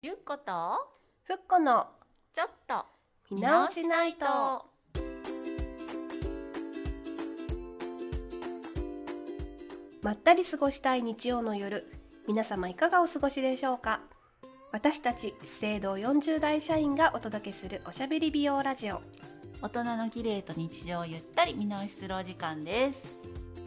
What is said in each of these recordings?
ゆっことふっこのちょっと見直しないと。まったり過ごしたい日曜の夜、皆様いかがお過ごしでしょうか。私たち資生堂40代社員がお届けするおしゃべり美容ラジオ、 大人の綺麗と日常をゆったり見直しするお時間です。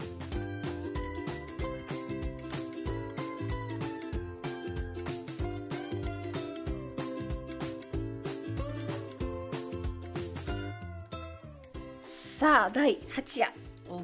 さあ第8夜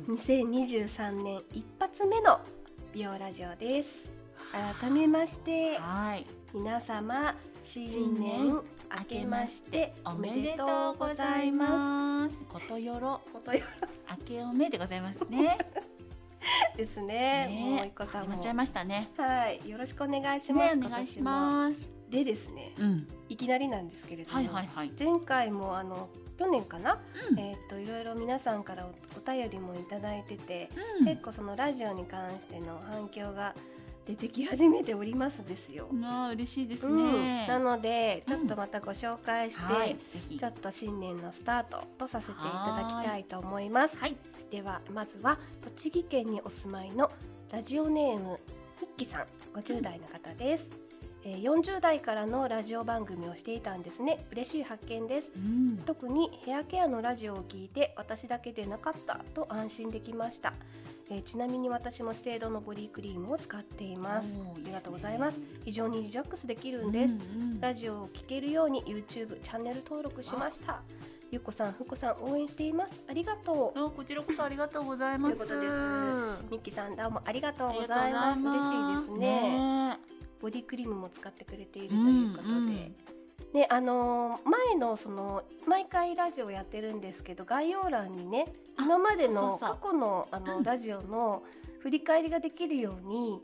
2023年一発目の美容ラジオです。改めまして皆様新年明けましておめでとうございます。 ことよろ明けおめでございますねですね。もういこさんも始まっちゃいましたね。 はい、よろしくお願いします。 お願いします。 でですね、いきなりなんですけれども、前回も去年かな、いろいろ皆さんからお便りもいただいてて、結構そのラジオに関しての反響が出てき始めておりますですよ。 嬉しいですね。 なのでちょっとまたご紹介して、ちょっと新年のスタートとさせていただきたいと思います。ではまずは栃木県にお住まいのラジオネームミッキさん、50代の方です。40代からのラジオ番組をしていたんですね。嬉しい発見です。特にヘアケアのラジオを聞いて私だけでなかったと安心できました。ちなみに私も資生堂のボディクリームを使っています。ありがとうございます。非常にリラックスできるんです。ラジオを聞けるように YouTube チャンネル登録しました。ゆっこさん、ふっこさん応援しています。ありがとう。 こちらこそありがとうございます。 ということです。ミッキーさん、どうもありがとうございます。嬉しいですね。ボディクリームも使ってくれているということで、ね、前のその毎回ラジオやってるんですけど、概要欄にね、今までの過去のラジオの振り返りができるように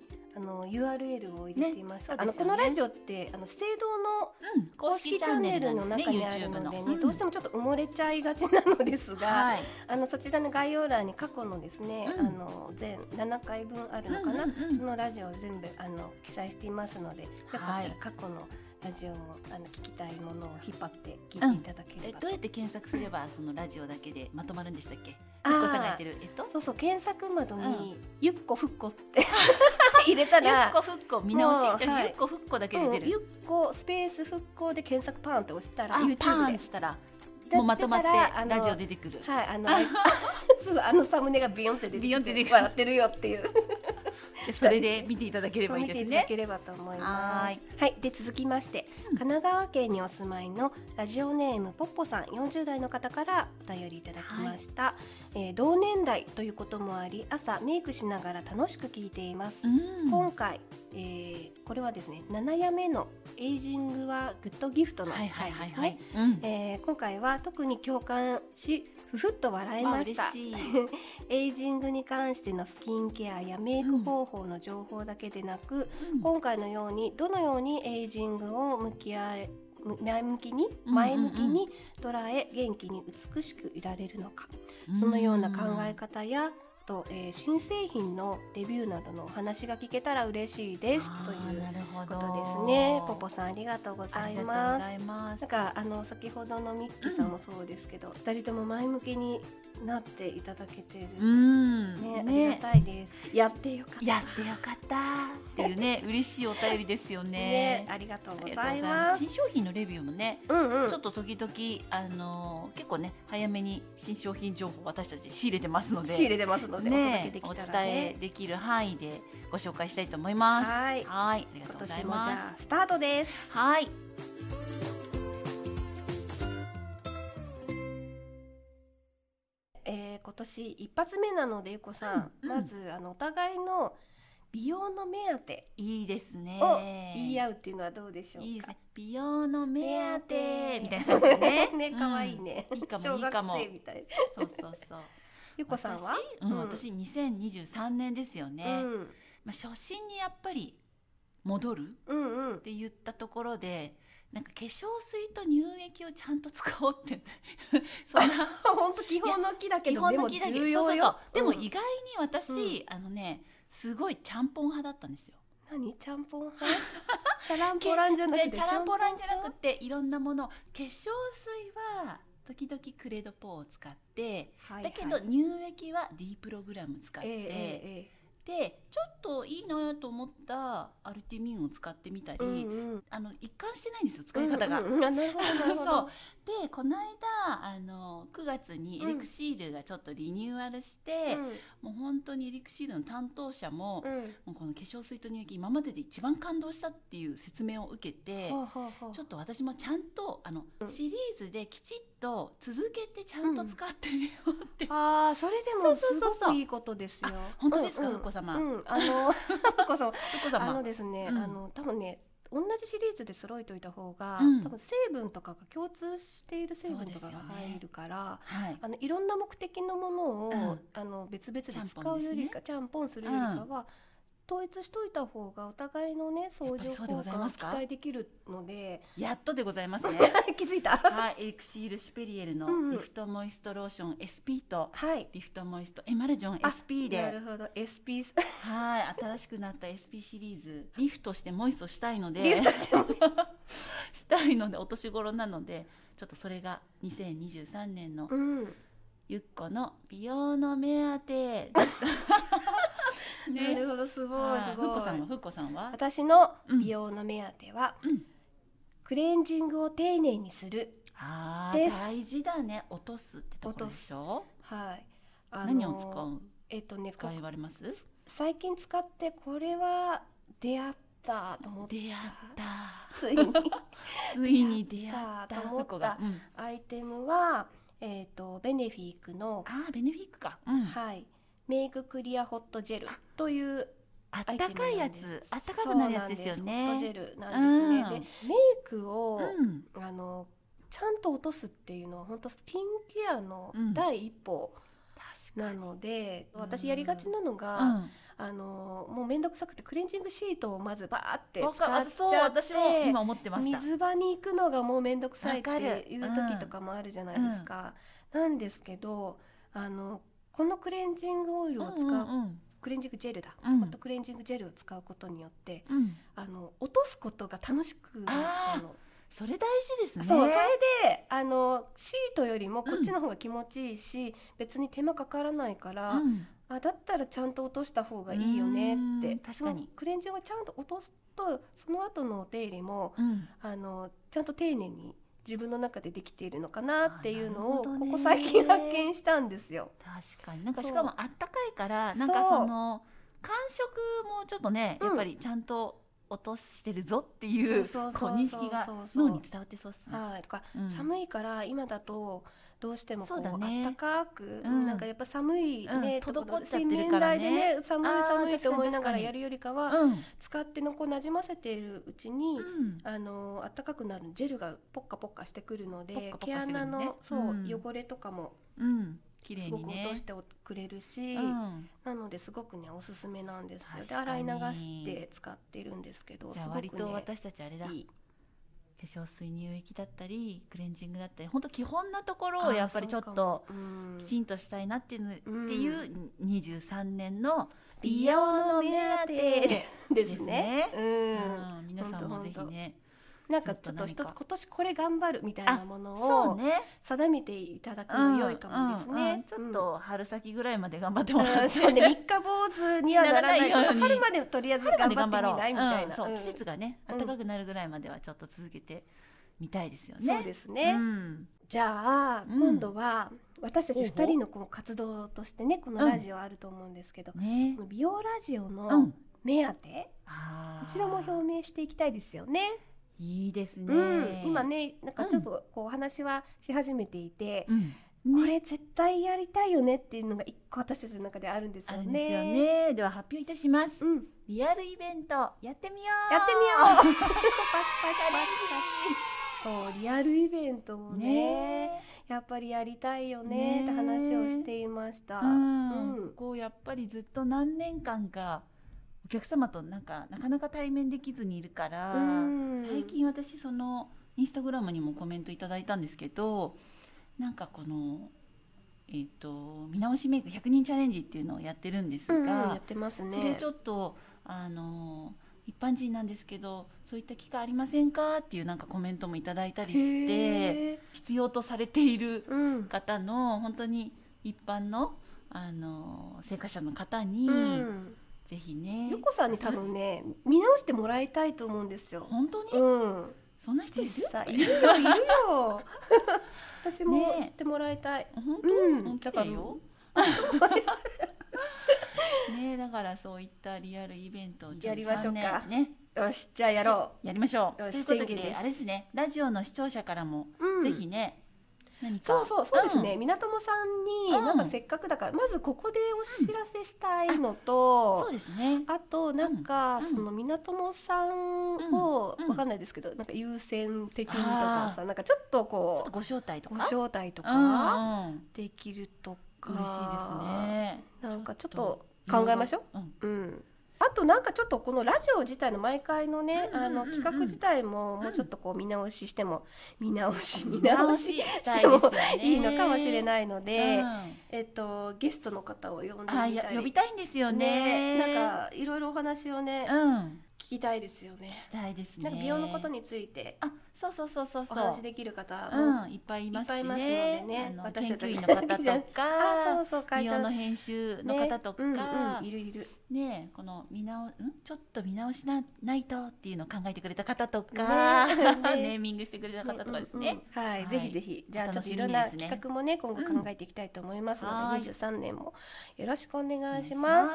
URL を入れていました。このラジオって資生堂の公式チャンネルの中にあるのでね、どうしてもちょっと埋もれちゃいがちなのですが、そちらの概要欄に過去のですね、全7回分あるのかな、そのラジオを全部記載していますので、よかったら過去のラジオも聞きたいものを引っ張って聞いていただければと。 どうやって検索すればそのラジオだけでまとまるんでしたっけ？ゆっこさんがやってるそう検索窓にゆっこふっこって入れたらゆっこふっこ見直し、ゆっこふっこだけで出る。 ゆっこスペースふっこで検索パーンって押したら YouTube でパーンしたらもうまとまってラジオ出てくる。 そうサムネがビヨンって出てきて笑ってるよっていうそれで見ていただければいいですね。 見ていただければと思います。はい、で続きまして、神奈川県にお住まいのラジオネームポッポさん、40代の方からお便りいただきました。同年代ということもあり、朝メイクしながら楽しく聞いています。今回、これはですね、7夜目のエイジングはグッドギフトの回ですね。今回は特に共感しふふっと笑いました。エイジングに関してのスキンケアやメイク方法の情報だけでなく、今回のようにどのようにエイジングを前向きに捉え、元気に美しくいられるのか、そのような考え方や新製品のレビューなどのお話が聞けたら嬉しいですということですね。ポポさん、ありがとうございます。なんか先ほどのミッキーさんもそうですけど、2人とも前向きになっていただけてる、ありがたいです。やってよかったっていうね、嬉しいお便りですよね。 ありがとうございます。 新商品のレビューもね、ちょっと時々結構ね早めに新商品情報私たち仕入れてますのでお届けできたらね、 お伝えできる範囲でご紹介したいと思います。ありがとうございます。今年もじゃあスタートです。今年一発目なので、ゆこさん、まずお互いの美容の目当ていいですねを言い合うっていうのはどうでしょうか。 いいですね、美容の目当てみたいな感じでね。 可愛いね。 いいかも小学生みたい。 そうゆこさんは？ 私2023年ですよね。初心にやっぱり戻るって言ったところで、なんか化粧水と乳液をちゃんと使おうってそんな本当基本の木だけど、でも重要よ。 でも意外に私、すごいちゃんぽん派だったんですよ。 何ちゃんぽん派チャランポランじゃなくてチャランポランじゃなくていろんなもの、化粧水は時々クレドポーを使って、はいはい、だけど乳液は D プログラム使って、でちょっといいなと思ったアルティミュンを使ってみたり、一貫してないんですよ使い方が。そうでこの間9月にエリクシールがちょっとリニューアルして、もう本当にエリクシールの担当者も、もうこの化粧水と乳液今までで一番感動したっていう説明を受けて、ちょっと私もちゃんとシリーズできちっと続けてちゃんと使ってみようって、 それでもすごくいいことですよ。 本当ですか、ふっこ様。 ですね、多分ね同じシリーズで揃えておいた方が、多分成分とかが共通している成分とかが入るから、いろんな目的のものを、別々で使うよりか、ちゃんぽんするよりかは、統一しといた方がお互いのね相乗効果を期待できるので、 やっとでございますね気づいた。 はい、エリクシール・シュペリエルのリフトモイストローション SP と、リフトモイストエマルジョン SP で、 なるほど SP はい、新しくなった SP シリーズ、リフトしてモイストしたいのでしたいのでお年頃なので、ちょっとそれが2023年のゆっこの美容の目当てですなるほど、すごいすごい。 ふっこさんは？ 私の美容の目当ては、クレンジングを丁寧にするです。 大事だね、落とすってとこでしょ。 はい。 何を使う？使いわれます？ 最近使ってこれは出会ったと思った。 出会った。 ついに出会ったと思ったアイテムは、ベネフィークのベネフィークか。 はい。メイククリアホットジェルというあったかいやつ、あったかくなるやつですよね。 ホットジェルなんですね。でメイクを、ちゃんと落とすっていうのは本当スキンケアの第一歩なので、私やりがちなのが、もうめんどくさくてクレンジングシートをまずバーって使っちゃって、 私も今思ってました。 水場に行くのがもうめんどくさいっていう時とかもあるじゃないですか。なんですけどこのクレンジングオイルを使う、クレンジングジェルだ、ホットクレンジングジェルを使うことによって、落とすことが楽しくなったの。 それ大事ですね。 そう、それでシートよりもこっちの方が気持ちいいし、別に手間かからないから、だったらちゃんと落とした方がいいよねって。 確かにクレンジングをちゃんと落とすと、その後のお手入れも、ちゃんと丁寧に自分の中でできているのかなっていうのを、ここ最近発見したんですよ。 確かに、なんかしかもあったかいから、なんかその感触もちょっとね、やっぱりちゃんと落としてるぞっていう認識が脳に伝わってそうですね。 とか、寒いから今だとどうしてもこうあったかく、なんかやっぱ寒いね、 滞っちゃってるからね、 洗面台でね、寒いと思いながらやるよりかは、使ってのこうなじませているうちに、あったかくなるジェルがポッカポッカしてくるので、毛穴の汚れとかもすごく落としてくれるし、なのですごくねおすすめなんですよ。で洗い流して使ってるんですけど、 じゃあ割と私たちあれだ、化粧水乳液だったりクレンジングだったり、本当基本なところをやっぱりちょっときちんとしたいなっていう23年の美容の目当てですね。皆さんもぜひね、 なんかちょっと一つ今年これ頑張るみたいなものを定めていただくの良いかもですね。 ちょっと春先ぐらいまで頑張ってもらって、 そうね、三日坊主にはならない、ちょっと春までとりあえず頑張ってみないみたいな、 季節がね暖かくなるぐらいまではちょっと続けてみたいですよね。 そうですね。じゃあ今度は私たち2人のこう活動としてね、このラジオあると思うんですけど、美容ラジオの目当て、こちらも表明していきたいですよね。 いいですね。 今ね、なんかちょっとこうお話はし始めていて、これ絶対やりたいよねっていうのが一個私たちの中であるんですよね。 では発表いたします。リアルイベントやってみよう。 パチパチパチそうリアルイベントもね、やっぱりやりたいよねって話をしていました。 こうやっぱりずっと何年間かお客様となかなか対面できずにいるから、最近私そのインスタグラムにもコメントいただいたんですけど、なんかこの見直しメイク100人チャレンジっていうのをやってるんですが、 やってますね。 それをちょっと一般人なんですけどそういった機会ありませんかっていうなんかコメントもいただいたりして、必要とされている方の、本当に一般の、生活者の方に、ぜひね、 ゆこさんに多分ね見直してもらいたいと思うんですよ。 本当に、そんな人いる？ 実際いるよ私も知ってもらいたい。 本当？だからよね、だからそういったリアルイベントをやりましょうかね。 よし、じゃあやろう。やりましょう。 ということで、あれですね、ラジオの視聴者からも、ぜひね、何かそうですね、みなともさんになんかせっかくだから、まずここでお知らせしたいのと、 そうですね、 あとなんかそのみなともさんをわかんないですけど、なんか優先的にとかさ、なんかちょっとこう、 ちょっとご招待とかできるとか、 嬉しいですね。 なんかちょっと考えましょう。あとなんかちょっとこのラジオ自体の毎回のね、企画自体ももうちょっとこう見直ししても見直ししてもいいのかもしれないので、ゲストの方を呼んでみたり、 呼びたいんですよね。 なんかいろいろお話をね、聞きたいですよね。 聞きたいですね。 なんか美容のことについて、 そうお話できる方もいっぱいいますしね。 私たち研究員の方とか、美容の編集の方とか、 いるね、このちょっと見直しないとっていうのを考えてくれた方とか、ネーミングしてくれた方とかですね。 はい、ぜひぜひ、じゃあちょっといろんな企画もね今後考えていきたいと思いますので、23年もよろしくお願いします。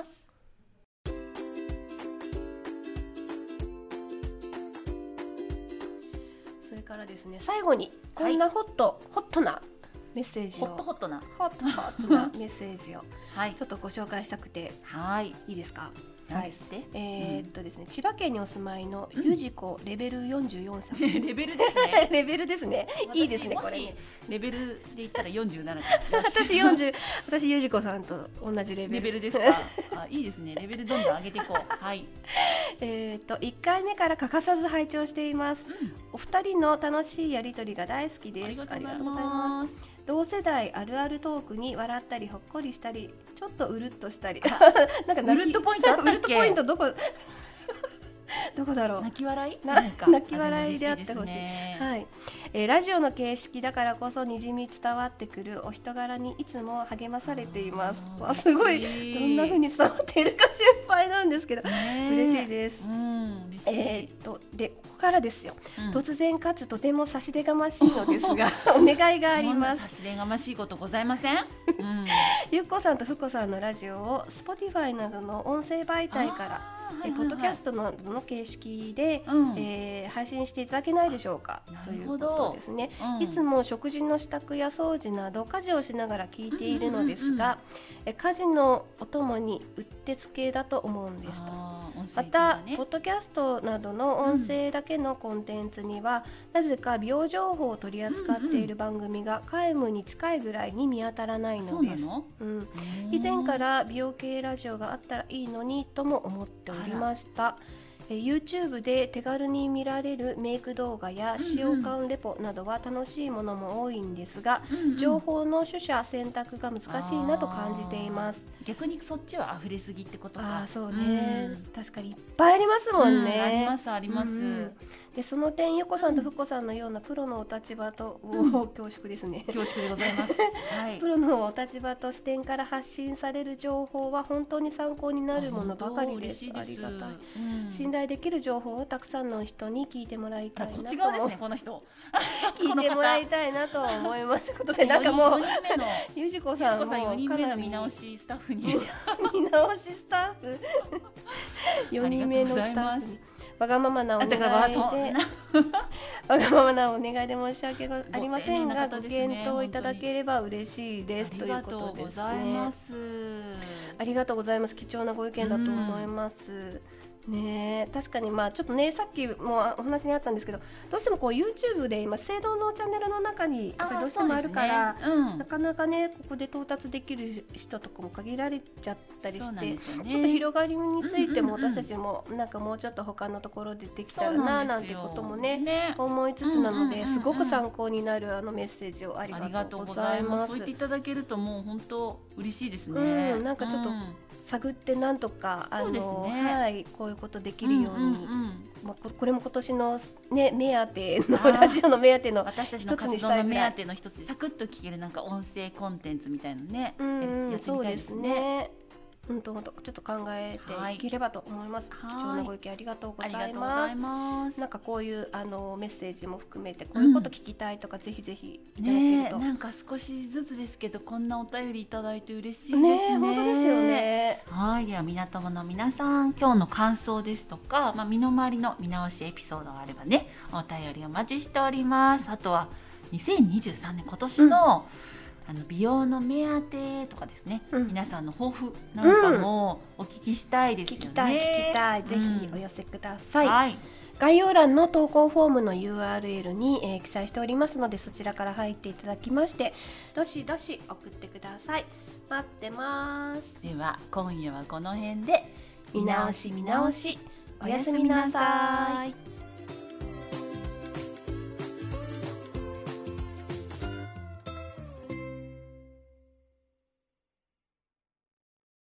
それからですね、最後にこんなホットなメッセージを、 ホットなメッセージをちょっとご紹介したくて、いいですか？はい、ですね、千葉県にお住まいのゆじこレベル44さん。 レベルですね。 レベルですね。いいですね、これね。 レベルで言ったら47か。 私ゆじこさんと同じレベルですか。いいですね。レベルどんどん上げていこう。はい。 1回目から欠かさず拝聴しています。お二人の楽しいやりとりが大好きです。ありがとうございます。同世代あるあるトークに笑ったりほっこりしたり、ちょっとうるっとしたりなんかうるっとポイントあったっけ？ うるっとポイントどこだろう。 泣き笑い？ 泣き笑いであってほしい。はい。ラジオの形式だからこそにじみ伝わってくるお人柄にいつも励まされています。すごい、どんな風に伝わっているか心配なんですけど、嬉しいです。でここからですよ。突然かつとても差し出がましいのですがお願いがあります。 差し出がましいことございません？ ゆっこさんとふこさんのラジオを Spotify などの音声媒体からポッドキャストなどの形式で、配信していただけないでしょうか、ということですね。いつも食事の支度や掃除など家事をしながら聞いているのですが、家事のお供にうってつけだと思うんですと。またポッドキャストなどの音声だけのコンテンツには、なぜか美容情報を取り扱っている番組が皆無に近いぐらいに見当たらないのです。以前から美容系ラジオがあったらいいのにとも思っておりました。YouTube で手軽に見られるメイク動画や使用感レポなどは楽しいものも多いんですが、情報の取捨選択が難しいなと感じています。 逆にそっちは溢れすぎってことか。 そうね、確かにいっぱいありますもんね。 あります。 でその点、ゆこさんとふこさんのようなプロのお立場と、恐縮ですね。 恐縮でございます。 プロのお立場と視点から発信される情報は本当に参考になるものばかりです。ありがたい。信頼できる情報をたくさんの人に聞いてもらいたいなと。 こっち側ですね、この人。 聞いてもらいたいなと思いますことで、なんかもうゆじこさんも 4人目の見直しスタッフに見直しスタッフ4人目のスタッフにわがままなお願いでわがままなお願いで申し訳ありませんが、ご検討いただければ嬉しいですということですね。ありがとうございます。貴重なご意見だと思いますね。確かにちょっとね、さっきもお話にあったんですけど、どうしてもこう YouTube で今制度のチャンネルの中にやっぱりどうしてもあるから、なかなかねここで到達できる人とかも限られちゃったりして、ちょっと広がりについても私たちもなんかもうちょっと他のところでできたらななんてこともね思いつつなので、すごく参考になるメッセージをありがとうございます。 そう言っていただけるともう本当嬉しいですね。 なんかちょっと探ってなんとかそうですね、 はい、こういうことできるように、これも今年の、ね、目当てのラジオの目当ての私たちの活動の目当ての一つでサクッと聞けるなんか音声コンテンツみたいなね、やってみたいですね。 本当ちょっと考えていければと思います。貴重なご意見ありがとうございます。なんかこういうメッセージも含めてこういうこと聞きたいとか、ぜひぜひいただけると、 なんか少しずつですけどこんなお便りいただいて嬉しいですね。 本当ですよね。 はい、では港もの皆さん、今日の感想ですとか、身の回りの見直しエピソードがあればね、お便りお待ちしております。あとは2023年今年の、美容の目当てとかですね、皆さんの抱負なんかもお聞きしたいですよね。 聞きたい、ぜひお寄せください。概要欄の投稿フォームの URL に、記載しておりますので、そちらから入っていただきまして、どしどし送ってください。待ってます。 では今夜はこの辺で見直しおやすみなさい。